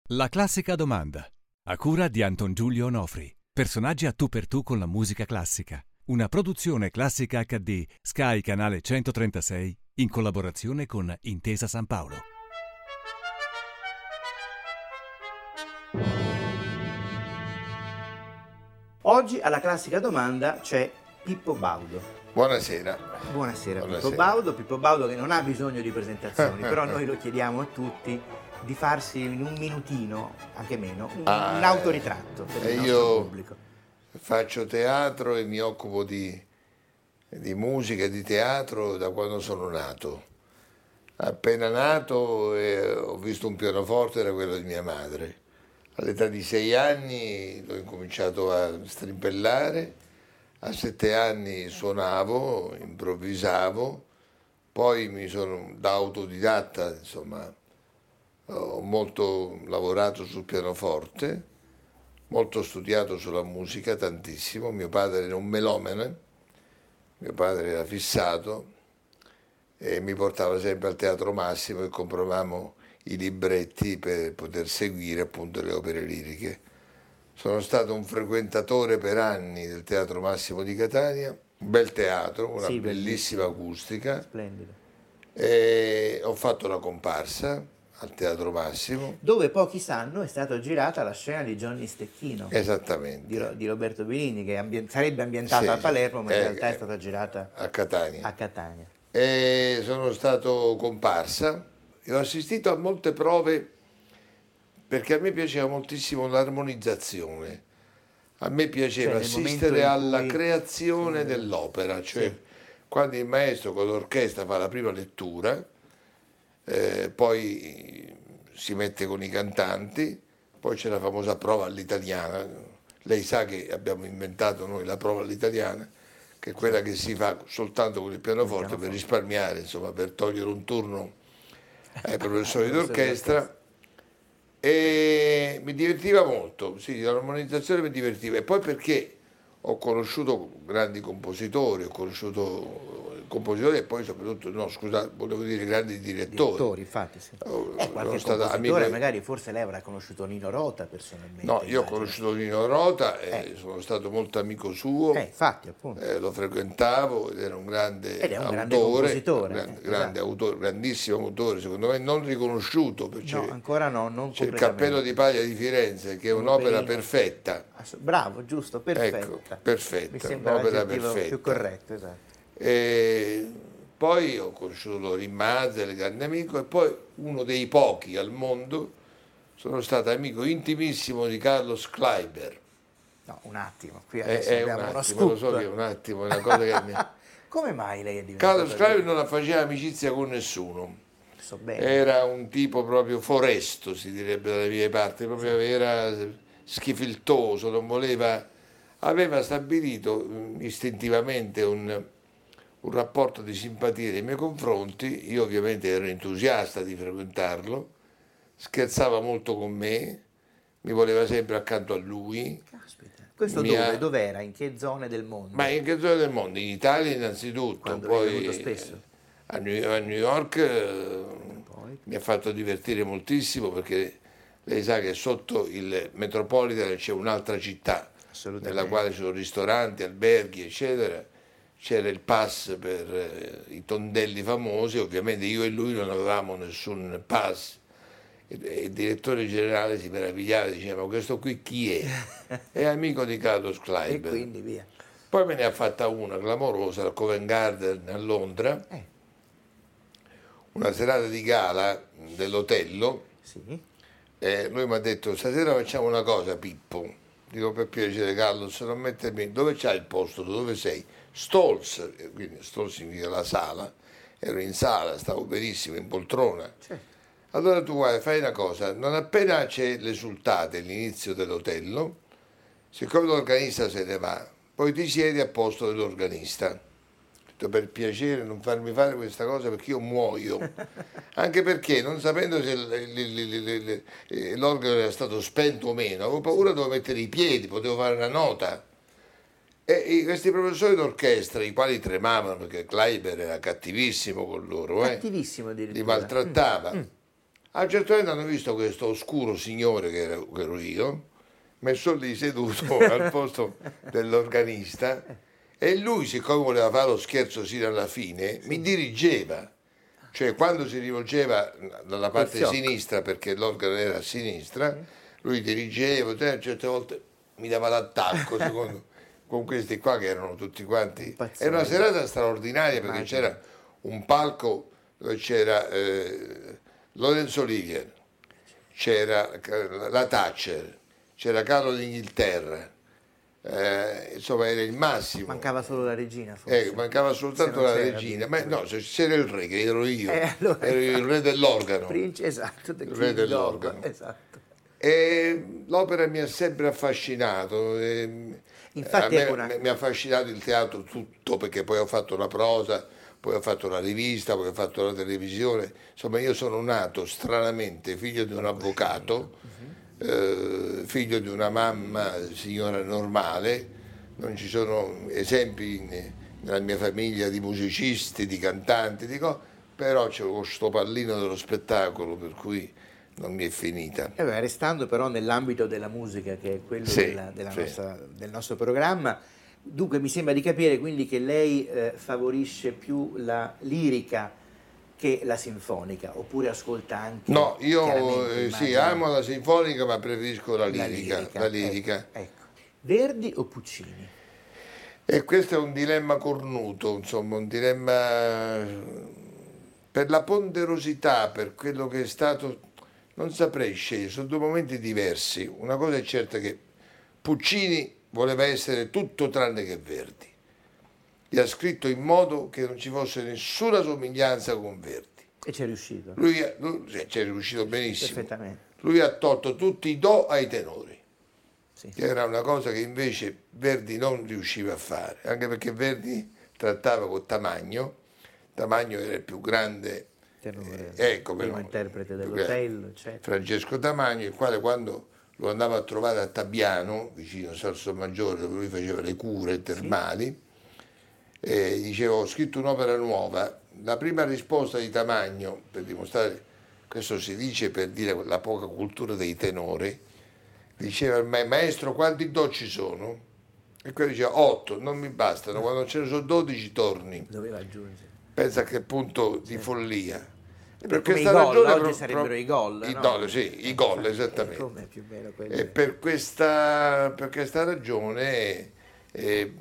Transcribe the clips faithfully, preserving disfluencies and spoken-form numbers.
La classica domanda, a cura di Anton Giulio Onofri. Personaggi a tu per tu con la musica classica. Una produzione Classica acca di, Sky Canale centotrentasei, in collaborazione con Intesa San Paolo. Oggi alla classica domanda c'è Pippo Baudo. Buonasera. Buonasera, Buonasera. Pippo Baudo. Pippo Baudo che non ha bisogno di presentazioni, però noi lo chiediamo a tutti di farsi in un minutino, anche meno, un, Ah, un autoritratto per e il nostro io pubblico. Faccio teatro e mi occupo di, di musica e di teatro da quando sono nato. Appena nato eh, ho visto un pianoforte, era quello di mia madre. All'età di sei anni l'ho incominciato a strimpellare, a sette anni suonavo, improvvisavo, poi mi sono da autodidatta, insomma, ho molto lavorato sul pianoforte, molto studiato sulla musica, tantissimo. Mio padre era un melomane, mio padre era fissato e mi portava sempre al Teatro Massimo e compravamo i libretti per poter seguire appunto le opere liriche. Sono stato un frequentatore per anni del Teatro Massimo di Catania, un bel teatro, una Sì, bellissima acustica. Splendido. E ho fatto la comparsa al Teatro Massimo. Dove pochi sanno è stata girata la scena di Johnny Stecchino. Esattamente. Di, Ro- di Roberto Benigni, che ambien- sarebbe ambientata Sì, a Palermo, ma in eh, realtà è eh, stata girata a Catania. a Catania. E sono stato comparsa e ho assistito a molte prove perché a me piaceva moltissimo l'armonizzazione. A me piaceva Cioè, nel assistere momento in alla cui- creazione sì, dell'opera, cioè sì. quando il maestro con l'orchestra fa la prima lettura, eh, poi si mette con i cantanti, poi c'è la famosa prova all'italiana. Lei sa che abbiamo inventato noi la prova all'italiana, che è quella che si fa soltanto con il pianoforte per risparmiare, insomma, per togliere un turno ai professori d'orchestra. E mi divertiva molto, sì, l'armonizzazione mi divertiva. E poi perché ho conosciuto grandi compositori, ho conosciuto compositori e poi soprattutto, no scusa, volevo dire grandi direttori. Direttori, infatti, sì. Oh, Eh, qualche sono stato compositore, amico- magari forse lei avrà conosciuto Nino Rota personalmente. No, io ho immagino. conosciuto Nino Rota e Eh. sono stato molto amico suo, Eh, infatti, appunto. eh, lo frequentavo ed era un grande Ed è un autore, grande compositore, grande, eh, grande esatto. autore, grandissimo autore, secondo me non riconosciuto, perché No, ancora no, non c'è il completamente. Cappello di Paglia di Firenze, che è un'opera Un'operina. perfetta. Ass- Bravo, giusto, perfetta. Ecco, perfetta, Mi sembra un'opera l'aggettivo perfetta. più corretto, esatto. E poi ho conosciuto Lorin Maazel, grande amico, e poi uno dei pochi al mondo sono stato amico intimissimo di Carlos Kleiber. No, un attimo, qui È, adesso è un abbiamo uno attimo, lo so scoop. che è un attimo, è una cosa che mi... Come mai lei è diventato? Carlos Kleiber non faceva amicizia con nessuno. So bene. Era un tipo proprio foresto, si direbbe dalle mie parti, proprio era schifiltoso, non voleva, aveva stabilito mm, istintivamente un, un rapporto di simpatia nei miei confronti. Io ovviamente ero entusiasta di frequentarlo, scherzava molto con me, mi voleva sempre accanto a lui. Caspita. Questo Mi dove? ha- Dov'era? In che zone del mondo? Ma in che zone del mondo? In Italia innanzitutto, Quando è poi venuto spesso? a New, a New York eh, Poi? mi ha fatto divertire moltissimo perché lei sa che sotto il Metropolitan c'è un'altra città Assolutamente. nella quale ci sono ristoranti, alberghi, eccetera. C'era il pass per eh, i tondelli famosi, ovviamente io e lui non avevamo nessun pass. E- e il direttore generale si meravigliava e diceva: ma questo qui chi è? È amico di Carlos E Kleiber. quindi via. Poi me ne ha fatta una clamorosa al Covent Garden a Londra, Eh, una serata di gala dell'Otello, sì. e lui mi ha detto: stasera facciamo una cosa, Pippo. Dico: per piacere Carlos, non mettermi, dove c'hai il posto, dove sei? Stolz, quindi Stolz significa la sala, ero in sala, stavo benissimo in poltrona. Certo. Allora tu guarda, fai una cosa, non appena c'è l'esultate, l'inizio dell'Otello, siccome l'organista se ne va, poi ti siedi a posto dell'organista. Ho detto: per piacere non farmi fare questa cosa perché io muoio. Anche perché non sapendo se l- l- l- l- l'organo era stato spento o meno, avevo paura, dovevo mettere i piedi, potevo fare una nota. E i- questi professori d'orchestra, i quali tremavano perché Kleiber era cattivissimo con loro, eh, Cattivissimo li addirittura. maltrattava. Mm. A un certo punto hanno visto questo oscuro signore che, era, che ero io, messo lì seduto al posto dell'organista, e lui, siccome voleva fare lo scherzo sino alla fine, mi dirigeva. Cioè, quando si rivolgeva dalla parte sinistra, perché l'organo era a sinistra, lui dirigeva, a certe volte mi dava l'attacco, secondo, con questi qua che erano tutti quanti. Era una serata straordinaria, perché c'era un palco dove c'era eh, Lorenzo Olivier, c'era la Thatcher, c'era Carlo d'Inghilterra. Eh, insomma, era il massimo. Mancava solo la regina, forse. Eh, mancava soltanto la regina, ma no, c'era il re, che ero io, eh, allora, ero il re dell'organo. Prince, esatto, il re dell'organo. Esatto. E l'opera mi ha sempre affascinato. E infatti a me, una... mi ha affascinato il teatro tutto, perché poi ho fatto la prosa, poi ho fatto la rivista, poi ho fatto la televisione. Insomma, io sono nato stranamente figlio di un avvocato, eh, figlio di una mamma signora normale. Non ci sono esempi in, nella mia famiglia di musicisti, di cantanti, di co- però c'è questo pallino dello spettacolo, per cui non mi è finita. Eh beh, restando però nell'ambito della musica, che è quello sì, della, della sì. nostra, del nostro programma, dunque mi sembra di capire quindi che lei eh, favorisce più la lirica che la sinfonica, oppure ascolta anche... No, io eh, sì, immagino, amo la sinfonica, ma preferisco la lirica. La lirica, La lirica. Ecco, ecco. Verdi o Puccini? E questo è un dilemma cornuto, insomma, un dilemma per la ponderosità, per quello che è stato. Non saprei scegliere, sono due momenti diversi. Una cosa è certa, che Puccini voleva essere tutto tranne che Verdi. E ha scritto in modo che non ci fosse nessuna somiglianza con Verdi. E ci è riuscito. Lui, lui ci è riuscito benissimo. Perfettamente. Lui ha tolto tutti i do ai tenori, sì. Che era una cosa che invece Verdi non riusciva a fare, anche perché Verdi trattava con Tamagno. Tamagno era il più grande tenore, eh, ecco, primo però, interprete dell'Otello, eccetera. Francesco Tamagno, il quale, quando lo andava a trovare a Tabiano, vicino a Salsomaggiore, dove lui faceva le cure termali, sì. eh, diceva: ho scritto un'opera nuova. La prima risposta di Tamagno, per dimostrare, questo si dice per dire la poca cultura dei tenori, diceva: ma maestro, quanti do ci sono? E quello diceva: otto, non mi bastano, quando ce ne sono dodici torni. Doveva aggiungere. Pensa a che punto di follia. Eh beh, per questa gol, ragione oggi pro, sarebbero pro, i gol, i no? gol, sì, i gol, esattamente. Come più o meno e per questa, per questa ragione eh,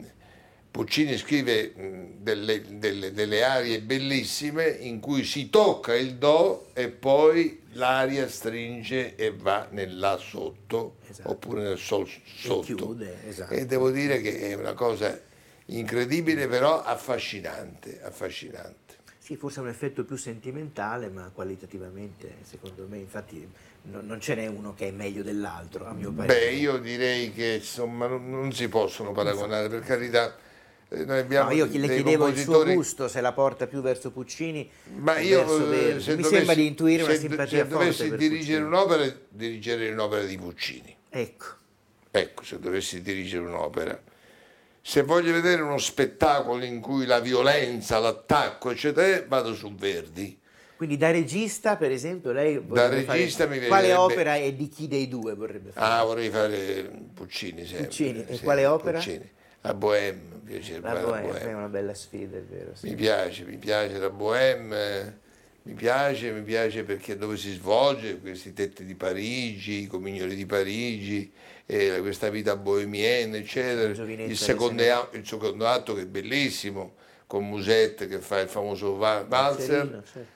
Puccini scrive delle, delle, delle arie bellissime in cui si tocca il do e poi l'aria stringe e va nel là sotto, esatto. Oppure nel sol sotto. E chiude, esatto. E devo dire che è una cosa incredibile, però affascinante, affascinante. Sì, forse è un effetto più sentimentale, ma qualitativamente, secondo me, infatti, no, non ce n'è uno che è meglio dell'altro, a mio parere. Beh, io direi che insomma non, non si possono paragonare, per carità. Eh, noi abbiamo no, io le chiedevo compositori... il suo gusto, se la porta più verso Puccini ma o io, verso Verdi. Mi dovessi, sembra di intuire una se, simpatia se dovessi forte dirigere un'opera, dirigerei un'opera di Puccini. Ecco. Ecco, se dovessi dirigere un'opera. Se voglio vedere uno spettacolo in cui la violenza, l'attacco, eccetera, vado su Verdi. Quindi da regista, per esempio, lei da regista fare... mi quale vedrebbe... opera e di chi dei due vorrebbe fare? Ah, vorrei fare Puccini sempre. Puccini. E sempre, quale opera? Puccini. La Bohème, mi piace la la Bohème, Bohème. è una bella sfida, è vero. Sì. Mi piace, mi piace la Bohème, mi piace, mi piace perché dove si svolge, questi tetti di Parigi, i comignoli di Parigi, eh, questa vita bohemienne, eccetera. Il secondo, il secondo atto che è bellissimo, con Musette che fa il famoso valzer, certo.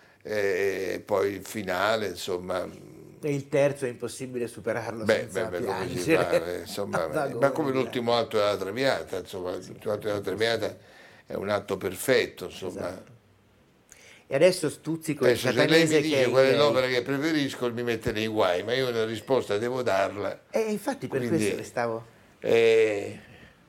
E poi il finale, insomma. E il terzo è impossibile superarlo beh, senza beh, piangere. Come si fa, insomma, ma come l'ultimo atto della Traviata, insomma, l'ultimo atto della Traviata è un atto perfetto, insomma. Esatto. E adesso stuzzico il adesso, se lei mi dice che qual è l'opera che preferisco, mi mette nei guai, ma io una risposta devo darla. E eh, infatti per quindi, questo le stavo... Eh,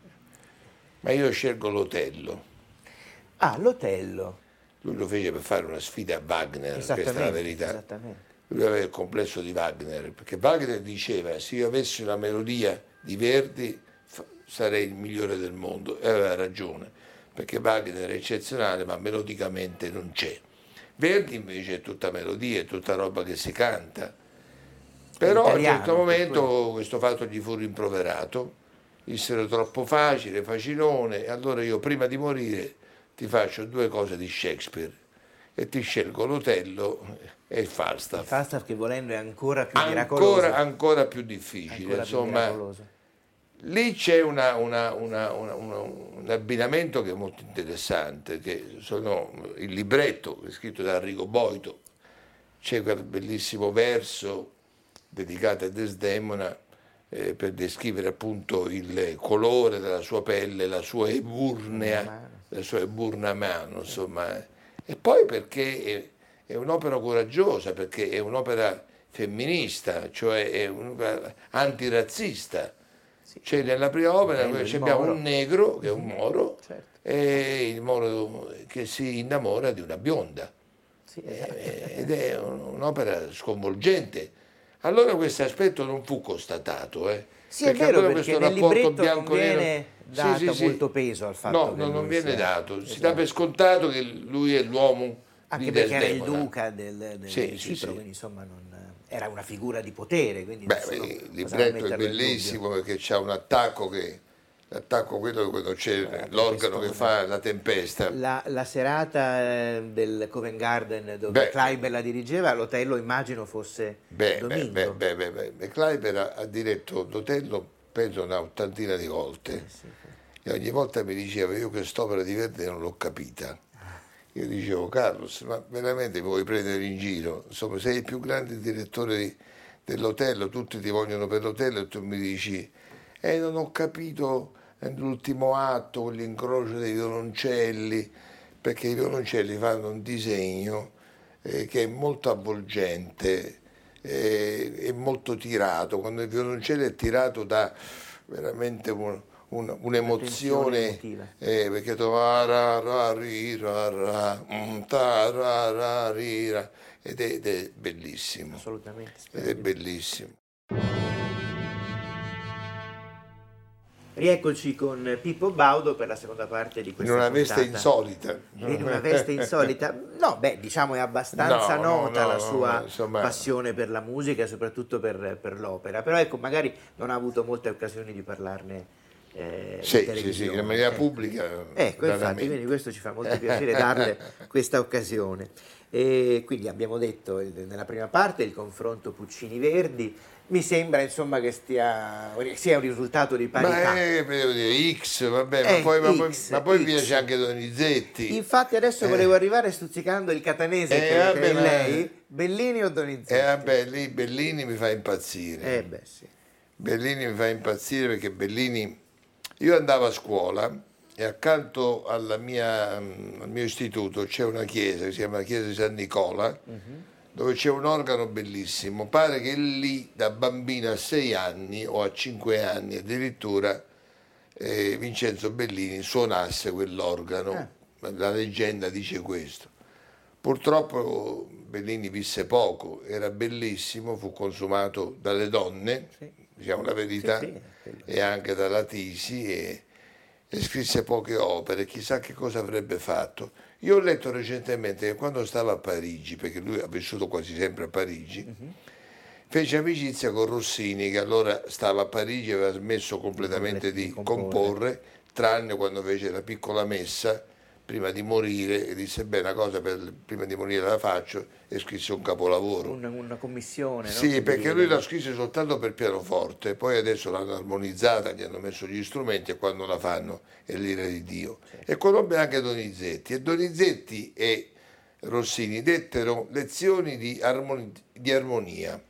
ma io scelgo l'Otello. Ah, l'Otello. Lui lo fece per fare una sfida a Wagner, questa è la verità. Esattamente. Lui aveva il complesso di Wagner, perché Wagner diceva: se io avessi una melodia di Verdi sarei il migliore del mondo, e aveva ragione, perché Wagner è eccezionale ma melodicamente non c'è. Verdi invece è tutta melodia, è tutta roba che si canta. Però italiano, a un certo momento quello. questo fatto gli fu rimproverato, dissero troppo facile, facilone, e allora io prima di morire ti faccio due cose di Shakespeare e ti scelgo l'Otello e il Falstaff. Il Falstaff, che volendo è ancora più ancora, miracoloso. Ancora più difficile, Ancora più insomma. miracoloso. Lì c'è una, una, una, una, una, un abbinamento che è molto interessante, che sono il libretto scritto da Arrigo Boito, c'è quel bellissimo verso dedicato a Desdemona eh, per descrivere appunto il colore della sua pelle, la sua eburnea, la sua eburna mano, insomma. E poi perché è, è un'opera coraggiosa, perché è un'opera femminista, cioè è un'opera antirazzista. Cioè nella prima opera abbiamo un negro che è un moro, certo, e il moro che si innamora di una bionda, sì, esatto, ed è un'opera sconvolgente. Allora questo aspetto non fu constatato, eh. Sì, è vero, allora perché nel libretto bianco non viene nero, dato sì, sì, molto peso al fatto no, che no, lui non viene sia... dato, esatto, si dà per scontato che lui è l'uomo anche di perché Desdemona. era il duca del, del sì, Cipro, sì, sì. quindi insomma non... era una figura di potere, quindi beh, il libretto è bellissimo perché c'è un attacco che l'attacco quello quando c'è la l'organo che fa la tempesta. La, la serata del Covent Garden dove beh, Kleiber la dirigeva, l'Otello immagino fosse beh, Domingo. Beh, beh, beh, beh, beh. Kleiber ha, ha diretto l'Otello penso una ottantina di volte eh sì, sì. E ogni volta mi diceva io quest'opera di Verdi non l'ho capita. Io dicevo Carlos, ma veramente mi vuoi prendere in giro? Insomma, sei il più grande direttore di, dell'Otello, tutti ti vogliono per l'Otello e tu mi dici eh non ho capito l'ultimo atto con l'incrocio dei violoncelli, perché i violoncelli fanno un disegno eh, che è molto avvolgente e eh, molto tirato. Quando il violoncello è tirato dà veramente un, un, un'emozione eh, perché ed è, ed è bellissimo. Assolutamente. Ed è bellissimo. Rieccoci con Pippo Baudo per la seconda parte di questa in una puntata. veste insolita. In una veste insolita? No, beh, diciamo è abbastanza no, nota no, no, la sua no, insomma... passione per la musica e soprattutto per, per l'opera, però ecco, magari non ha avuto molte occasioni di parlarne eh, sì, in televisione. Sì, sì, in maniera ecco. pubblica. Ecco, infatti, quindi questo ci fa molto piacere darle questa occasione. E quindi abbiamo detto nella prima parte il confronto Puccini-Verdi. Mi sembra insomma che stia, sia un risultato di parità. Ma è, dire, X, vabbè, eh, ma poi, ma poi, X, ma poi X. piace anche Donizetti. Infatti adesso eh. volevo arrivare stuzzicando il catanese eh, che, vabbè, che è lei, Bellini o Donizetti? Eh vabbè, lì Bellini mi fa impazzire. Eh beh sì. Bellini mi fa impazzire perché Bellini... Io andavo a scuola e accanto alla mia, al mio istituto c'è una chiesa che si chiama la chiesa di San Nicola, uh-huh. dove c'è un organo bellissimo. Pare che lì da bambino a sei anni o a cinque anni addirittura eh, Vincenzo Bellini suonasse quell'organo. Eh. La leggenda dice questo. Purtroppo Bellini visse poco, era bellissimo, fu consumato dalle donne, sì. diciamo la verità, sì, sì. e anche dalla Tisi, e, e scrisse poche opere, chissà che cosa avrebbe fatto. Io ho letto recentemente che quando stava a Parigi, perché lui ha vissuto quasi sempre a Parigi, uh-huh. fece amicizia con Rossini, che allora stava a Parigi e aveva smesso completamente di, di comporre. comporre, tranne quando fece La piccola messa, prima di morire, e disse, beh, una cosa per, prima di morire la faccio, e scrisse un capolavoro. Una, una commissione, no? Sì, perché lui la scrisse soltanto per pianoforte, poi adesso l'hanno armonizzata, gli hanno messo gli strumenti e quando la fanno è l'ira di Dio. Certo. E conobbe anche Donizetti, e Donizetti e Rossini dettero lezioni di, armoni, di armonia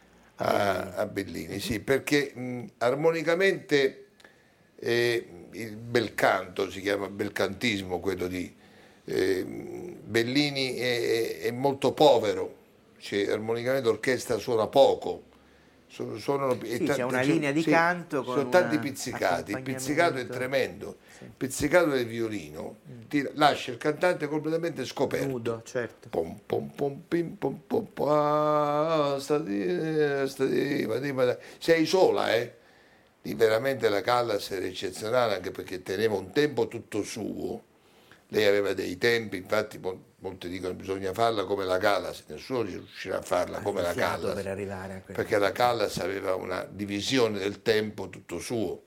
a, a Bellini, sì, perché mh, armonicamente... Eh, il bel canto, si chiama belcantismo quello di eh, Bellini, è, è molto povero, cioè, armonicamente l'orchestra suona poco, suonano, sì, t- c'è una c- linea di sì, canto con sono tanti pizzicati, il pizzicato è tremendo, sì. il pizzicato del violino mm. ti lascia il cantante completamente scoperto, nudo, certo. Pom, pom, pom, pim, pom, pom, pom, ah, stati, stati, sei sola, eh veramente la Callas era eccezionale, anche perché teneva un tempo tutto suo, lei aveva dei tempi, infatti molti dicono che bisogna farla come la Callas, nessuno riuscirà a farla come la Callas, per arrivare a perché la Callas aveva una divisione del tempo tutto suo,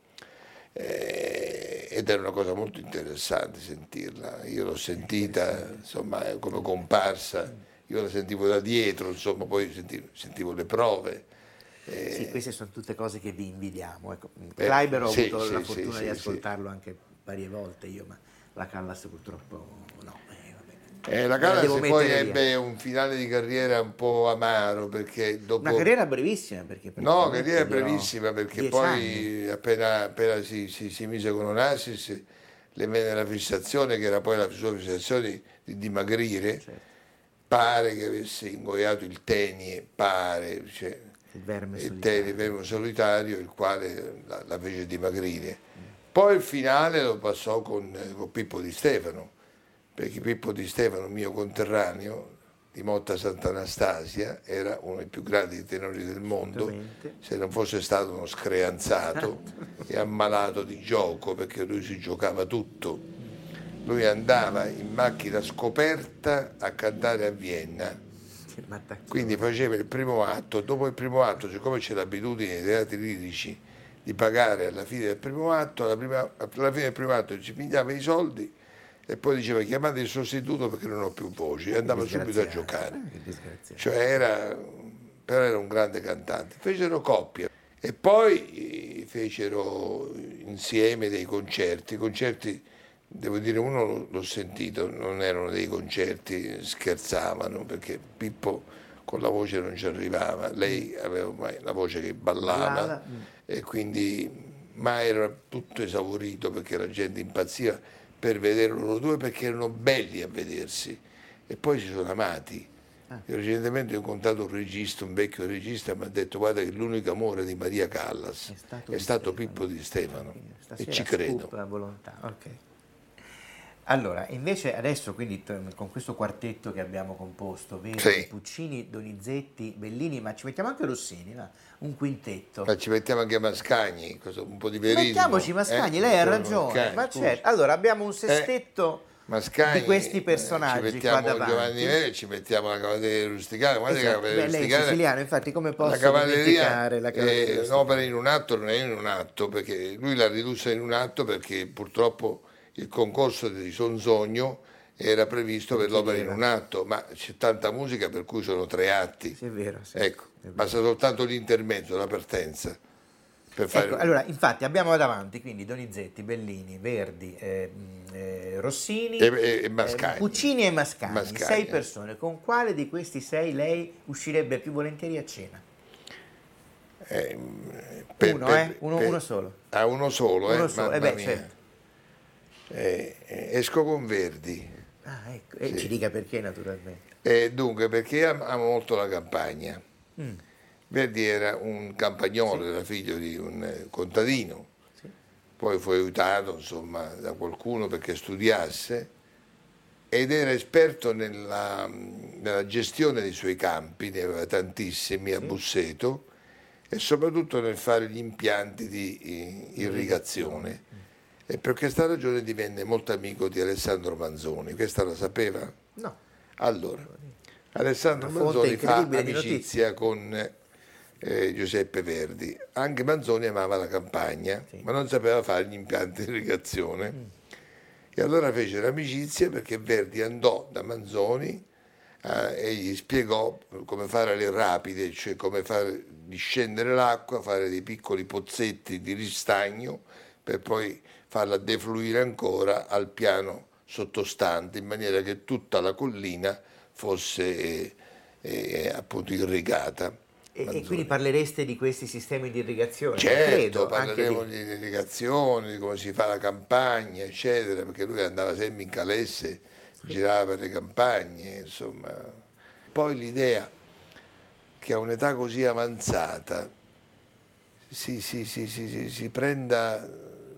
eh, ed era una cosa molto interessante sentirla. Io l'ho sentita, insomma, come comparsa, io la sentivo da dietro, insomma, poi sentivo, sentivo le prove. Eh, sì, queste sono tutte cose che vi invidiamo. Ecco, eh, Kleiber ho sì, avuto sì, la sì, fortuna sì, di sì, ascoltarlo anche varie volte io, ma la Callas purtroppo no. Eh, la Callas poi ebbe un finale di carriera un po' amaro, perché dopo... Una carriera brevissima, perché no, carriera brevissima, perché poi anni. appena, appena si, si, si mise con Onassis le venne la fissazione, che era poi la sua fissazione di, di dimagrire, certo. Pare che avesse ingoiato il tenie, pare, cioè, il verme il solitario. Tenie, il verme solitario, il quale la, la fece dimagrire. Mm. Poi il finale lo passò con, con Pippo Di Stefano, perché Pippo Di Stefano, mio conterraneo di Motta Sant'Anastasia, era uno dei più grandi tenori del mondo, se non fosse stato uno screanzato e ammalato di gioco, perché lui si giocava tutto. Lui andava in macchina scoperta a cantare a Vienna, quindi faceva il primo atto, dopo il primo atto, siccome c'è l'abitudine nei teatri lirici di pagare alla fine del primo atto, alla, prima, alla fine del primo atto ci pigliava i soldi e poi diceva chiamate il sostituto perché non ho più voci, e andava subito a giocare. Cioè era, però era un grande cantante. Fecero coppia e poi fecero insieme dei concerti, concerti, devo dire, uno l'ho sentito, non erano dei concerti, scherzavano, perché Pippo con la voce non ci arrivava, lei aveva la voce che ballava, ballava. E quindi, ma era tutto esaurito perché la gente impazziva per vedere loro due, perché erano belli a vedersi e poi si sono amati. Ah. Io recentemente ho incontrato un regista, un vecchio regista, mi ha detto guarda che l'unico amore di Maria Callas è stato, è stato Pippo Di Stefano, e ci credo. La volontà. Okay. Allora, invece adesso quindi con questo quartetto che abbiamo composto, Verdi, sì. Puccini, Donizetti, Bellini, ma ci mettiamo anche Rossini, no? Un quintetto. Ma ci mettiamo anche Mascagni, un po' di verismo. Mettiamoci Mascagni, eh? lei ha ragione, Mascagni, ma certo. Allora abbiamo un sestetto eh, Mascagni, di questi personaggi, ci mettiamo qua davanti. Giovanni Veri, ci mettiamo la cavalleria rusticana, guarda esatto. che la cavalleria Beh, rusticana. Lei è siciliano, infatti come posso la cavalleria, dimenticare la cavalleria eh, rusticana? Un'opera in un atto non è in un atto, perché lui l'ha ridussa in un atto perché purtroppo il concorso di Sonzogno era previsto per l'opera in un atto, ma c'è tanta musica per cui sono tre atti. Sì, è vero, sì, ecco, è vero. Basta soltanto l'intermezzo, la partenza. Per fare ecco, un... Allora, infatti abbiamo davanti quindi Donizetti, Bellini, Verdi, eh, eh, Rossini, e, e, e Mascagni. Eh, Puccini e Mascagni, Mascagni, sei persone. Con quale di questi sei lei uscirebbe più volentieri a cena? Eh, per, uno, per, eh? Uno, per, uno solo. Ah, uno solo, uno eh? solo. Eh beh, certo. Eh, esco con Verdi. Ah, ecco. E sì. ci dica perché, naturalmente. Eh, dunque, perché amo, amo molto la campagna. Mm. Verdi era un campagnolo, sì. Era figlio di un contadino, sì. Poi fu aiutato, insomma, da qualcuno perché studiasse ed era esperto nella, nella gestione dei suoi campi, ne aveva tantissimi a sì. Busseto, e soprattutto nel fare gli impianti di irrigazione. Mm. E per questa ragione divenne molto amico di Alessandro Manzoni. Questa la sapeva? No. Allora, Alessandro Manzoni fa amicizia con eh, Giuseppe Verdi. Anche Manzoni amava la campagna, sì. ma non sapeva fare gli impianti di irrigazione. Mm. E allora fecero amicizia perché Verdi andò da Manzoni eh, e gli spiegò come fare le rapide, cioè come fare discendere l'acqua, fare dei piccoli pozzetti di ristagno per poi farla defluire ancora al piano sottostante, in maniera che tutta la collina fosse eh, eh, appunto irrigata. E, e quindi parlereste di questi sistemi di irrigazione? Certo, credo, parleremo di... di irrigazione, di come si fa la campagna, eccetera, perché lui andava sempre in calesse, sì. girava per le campagne, insomma. Poi l'idea che a un'età così avanzata si, si, si, si, si, si prenda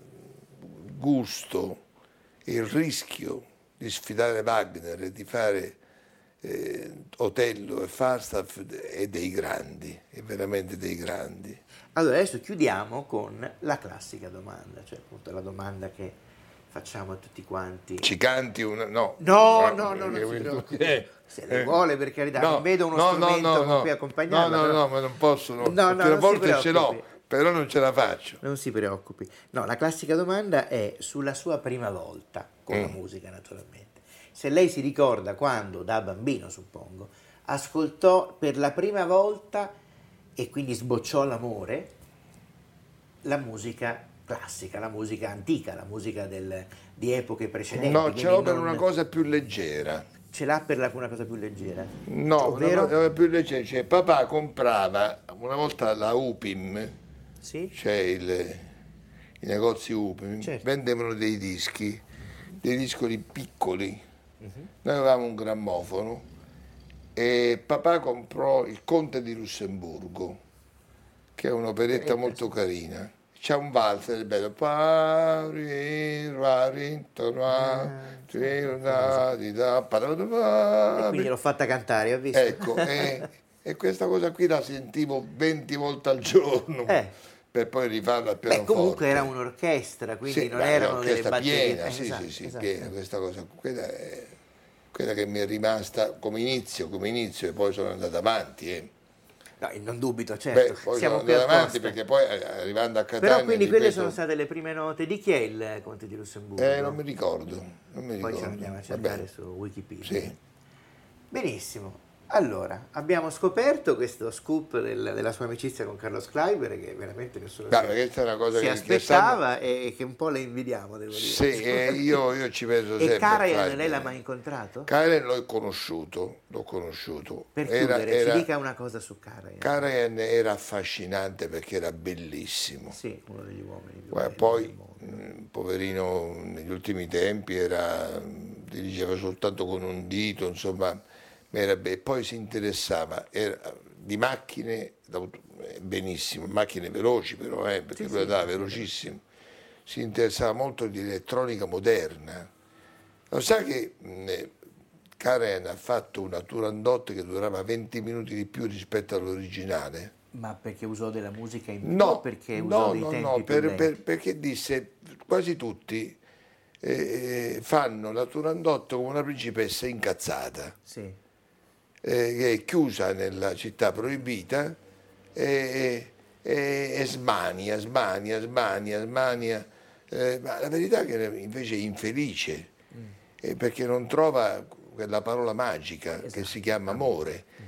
gusto e il rischio di sfidare Wagner e di fare eh, Otello e Falstaff è dei grandi, è veramente dei grandi. Allora adesso chiudiamo con la classica domanda, cioè appunto la domanda che facciamo a tutti quanti. Ci canti una... No, no, no, no, no, no non si eh, se le vuole, per carità, no, non vedo uno no, strumento no, no, con cui no, accompagnarla. No, no, però... no, ma non posso, no. no, no, Alcune volte ce l'ho, però non ce la faccio. Non si preoccupi. No, la classica domanda è sulla sua prima volta con mm. la musica, naturalmente. Se lei si ricorda quando, da bambino suppongo, ascoltò per la prima volta e quindi sbocciò l'amore, la musica classica, la musica antica, la musica del, di epoche precedenti. No, ce l'ho per non... una cosa più leggera. Ce l'ha per la, una cosa più leggera? No, ovvero? Una cosa più leggera. Cioè, papà comprava una volta la U P I M, sì? cioè il, i negozi U P I M, certo. Vendevano dei dischi, dei discoli piccoli. Uh-huh. Noi avevamo un grammofono e papà comprò Il Conte di Lussemburgo, che è un'operetta molto carina. C'è un valzer bello, e quindi l'ho fatta cantare, ho visto. Ecco, e, e questa cosa qui la sentivo venti volte al giorno, eh. per poi rifarla al pianoforte. Beh, comunque era un'orchestra, quindi sì, non beh, erano delle batterie. Piena, sì, esatto, sì, sì, esatto. Piena, questa cosa, quella, è, quella che mi è rimasta come inizio, come inizio, e poi sono andata avanti, eh. No, non dubito, certo. Beh, poi siamo sono andato avanti perché poi arrivando a Catania... Però quindi quelle ripeto, sono state le prime note. Di chi è il Conte di Lussemburgo? Eh, non mi ricordo. Non mi poi ricordo. ce lo andiamo a cercare Vabbè. su Wikipedia. Sì. Benissimo. Allora, abbiamo scoperto questo scoop del, della sua amicizia con Carlos Kleiber, che veramente nessuno no, si, questa è una cosa si che, aspettava che e che un po' le invidiamo, devo dire. Sì, eh, io, io ci penso sempre. E Karajan lei l'ha mai incontrato? Karajan l'ho conosciuto, l'ho conosciuto. Per chiudere, era, ci dica una cosa su Karajan. Karajan era affascinante perché era bellissimo. Sì, uno degli uomini più Guarda, belli poi, del mondo. mh, poverino, negli ultimi tempi era, dirigeva soltanto con un dito, insomma... Era be- poi si interessava era, di macchine, benissimo, macchine veloci però, eh, perché sì, lui andava sì, velocissimo, si interessava molto di elettronica moderna. Lo sa che mh, Karajan ha fatto una Turandot che durava venti minuti di più rispetto all'originale? Ma perché usò della musica in più no, o perché usò no, dei no, tempi no, più per, per, perché disse quasi tutti eh, fanno la Turandot come una principessa incazzata. Sì. Eh, che è chiusa nella città proibita e, e, e smania, smania, smania, smania. Eh, ma la verità è che invece è infelice, mm. eh, perché non trova quella parola magica, esatto, che si chiama amore. Mm.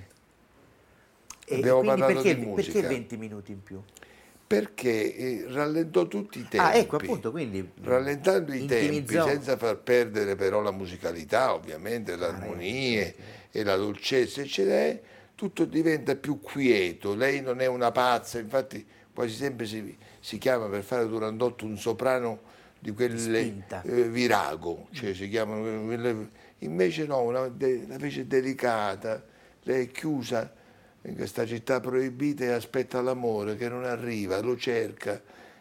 E Abbiamo parlato perché, di musica. Perché venti minuti in più? Perché eh, rallentò tutti i tempi. Ah, ecco, appunto, quindi rallentando i intimizzò. tempi senza far perdere però la musicalità, ovviamente, le armonie e la dolcezza, eccetera, tutto diventa più quieto. Lei non è una pazza, infatti quasi sempre si, si chiama per fare Turandot un soprano di quelle eh, virago, cioè si chiamano quelle, invece no, una, de, una fece delicata, lei è chiusa in questa città proibita e aspetta l'amore che non arriva, lo cerca,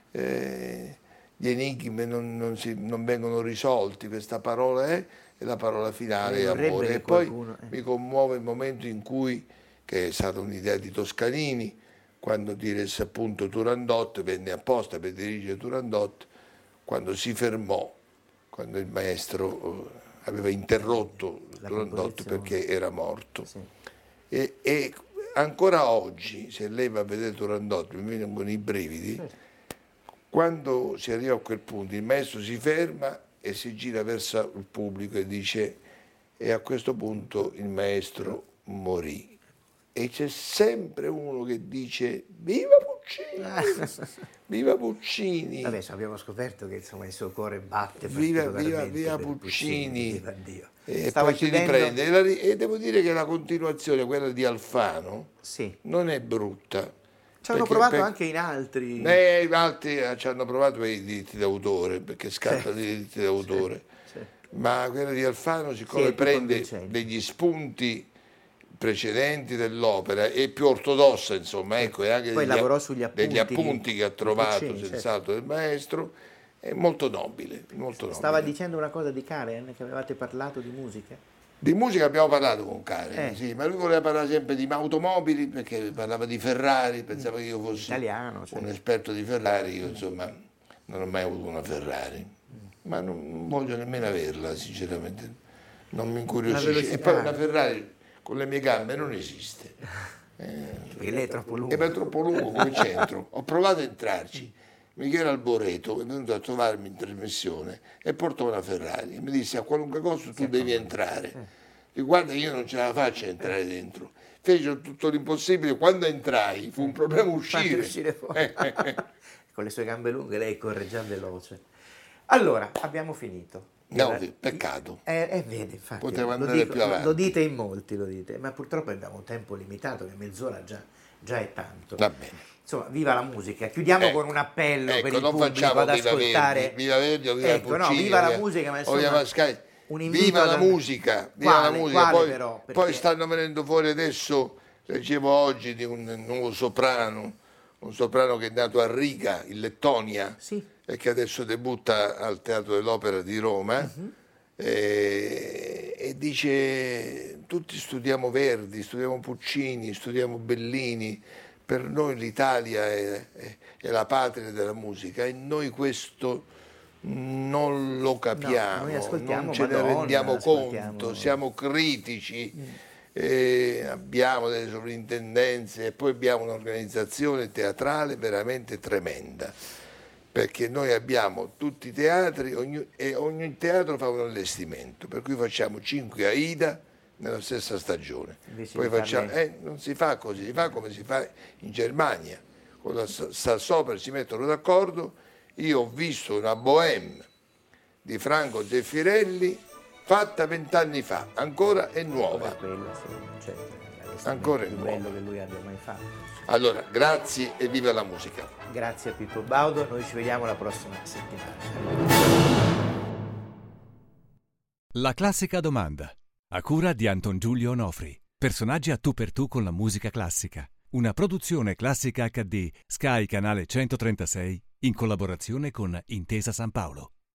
eh, gli enigmi non, non, si, non vengono risolti, questa parola è, e la parola finale è amore. E poi qualcuno, eh. mi commuove il momento in cui, che è stata un'idea di Toscanini, quando diresse appunto Turandot, venne apposta per dirigere Turandot, quando si fermò, quando il maestro aveva interrotto la Turandot perché era morto. Sì. E, e ancora oggi, se lei va a vedere Turandot, mi vengono i brividi, certo. Quando si arriva a quel punto il maestro si ferma e si gira verso il pubblico e dice, e a questo punto il maestro morì. E c'è sempre uno che dice, viva Puccini, viva Puccini. Adesso abbiamo scoperto che insomma il suo cuore batte viva, viva, viva Puccini. Puccini e Stava poi chiudendo... si riprende. E devo dire che la continuazione, quella di Alfano, sì. non è brutta. Ci hanno provato per... anche in altri. Eh, in altri ci hanno provato per i diritti d'autore, perché scattano i diritti d'autore. Sì, sì. Ma quella di Alfano, siccome sì, prende degli spunti precedenti dell'opera, è più ortodossa, insomma, ecco, e anche poi degli, lavorò sugli appunti, degli appunti che ha trovato, Puccini, senz'altro, certo. del maestro, è molto nobile, molto Stava nobile. dicendo una cosa di Karajan, che avevate parlato di musica? Di musica abbiamo parlato con Karajan, eh. sì, ma lui voleva parlare sempre di automobili, perché parlava di Ferrari, pensava mm. che io fossi Italiano, cioè. un esperto di Ferrari, io insomma non ho mai avuto una Ferrari. Mm. ma non voglio nemmeno averla, sinceramente, non mi incuriosisce. E poi una Ferrari con le mie gambe non esiste. Eh, perché lei è troppo lungo. E è troppo lungo come centro. Ho provato a entrarci. Michele Alboreto è venuto a trovarmi in trasmissione e portò una Ferrari. Mi disse: a qualunque costo tu devi entrare. E guarda, io non ce la faccio a entrare dentro. Fece tutto l'impossibile. Quando entrai fu un problema uscire. uscire fuori. Con le sue gambe lunghe lei corre già veloce. Allora, abbiamo finito. No, peccato. Eh, eh, vede, infatti, poteva lo, andare dico, più avanti. Lo dite in molti, lo dite, ma purtroppo abbiamo un tempo limitato, che mezz'ora già, già è tanto. Va bene. Insomma, viva la musica. Chiudiamo ecco, con un appello ecco, per il non pubblico ad viva ascoltare. Verdi, viva Verdi o viva ecco, Puccini, no, viva la viva, musica, ma insomma, viva Sky. Un invito viva la da... musica, viva quale, la musica. quale Poi, però, perché... poi stanno venendo fuori adesso, leggevo oggi di un nuovo soprano, un soprano che è nato a Riga, in Lettonia, sì. e che adesso debutta al Teatro dell'Opera di Roma. Uh-huh. E, e dice: tutti studiamo Verdi, studiamo Puccini, studiamo Bellini, per noi l'Italia è, è, è la patria della musica e noi questo non lo capiamo, no, non ce Madonna, ne rendiamo ascoltiamo... conto, siamo critici, mm. eh, abbiamo delle sovrintendenze e poi abbiamo un'organizzazione teatrale veramente tremenda. Perché noi abbiamo tutti i teatri ogni, e ogni teatro fa un allestimento, per cui facciamo cinque Aida nella stessa stagione. Poi facciamo, eh, non si fa così, si fa come si fa in Germania, con la Staatsoper si mettono d'accordo. Io ho visto una Bohème di Franco Zeffirelli fatta vent'anni fa, ancora è nuova. Quella, sì, cioè, ancora è più nuova. bello che lui abbia mai fatto. Allora, grazie e viva la musica. Grazie a Pippo Baudo, noi ci vediamo la prossima settimana. La classica domanda, a cura di Anton Giulio Onofri. Personaggi a tu per tu con la musica classica. Una produzione Classica acca di Sky Canale centotrentasei in collaborazione con Intesa San Paolo.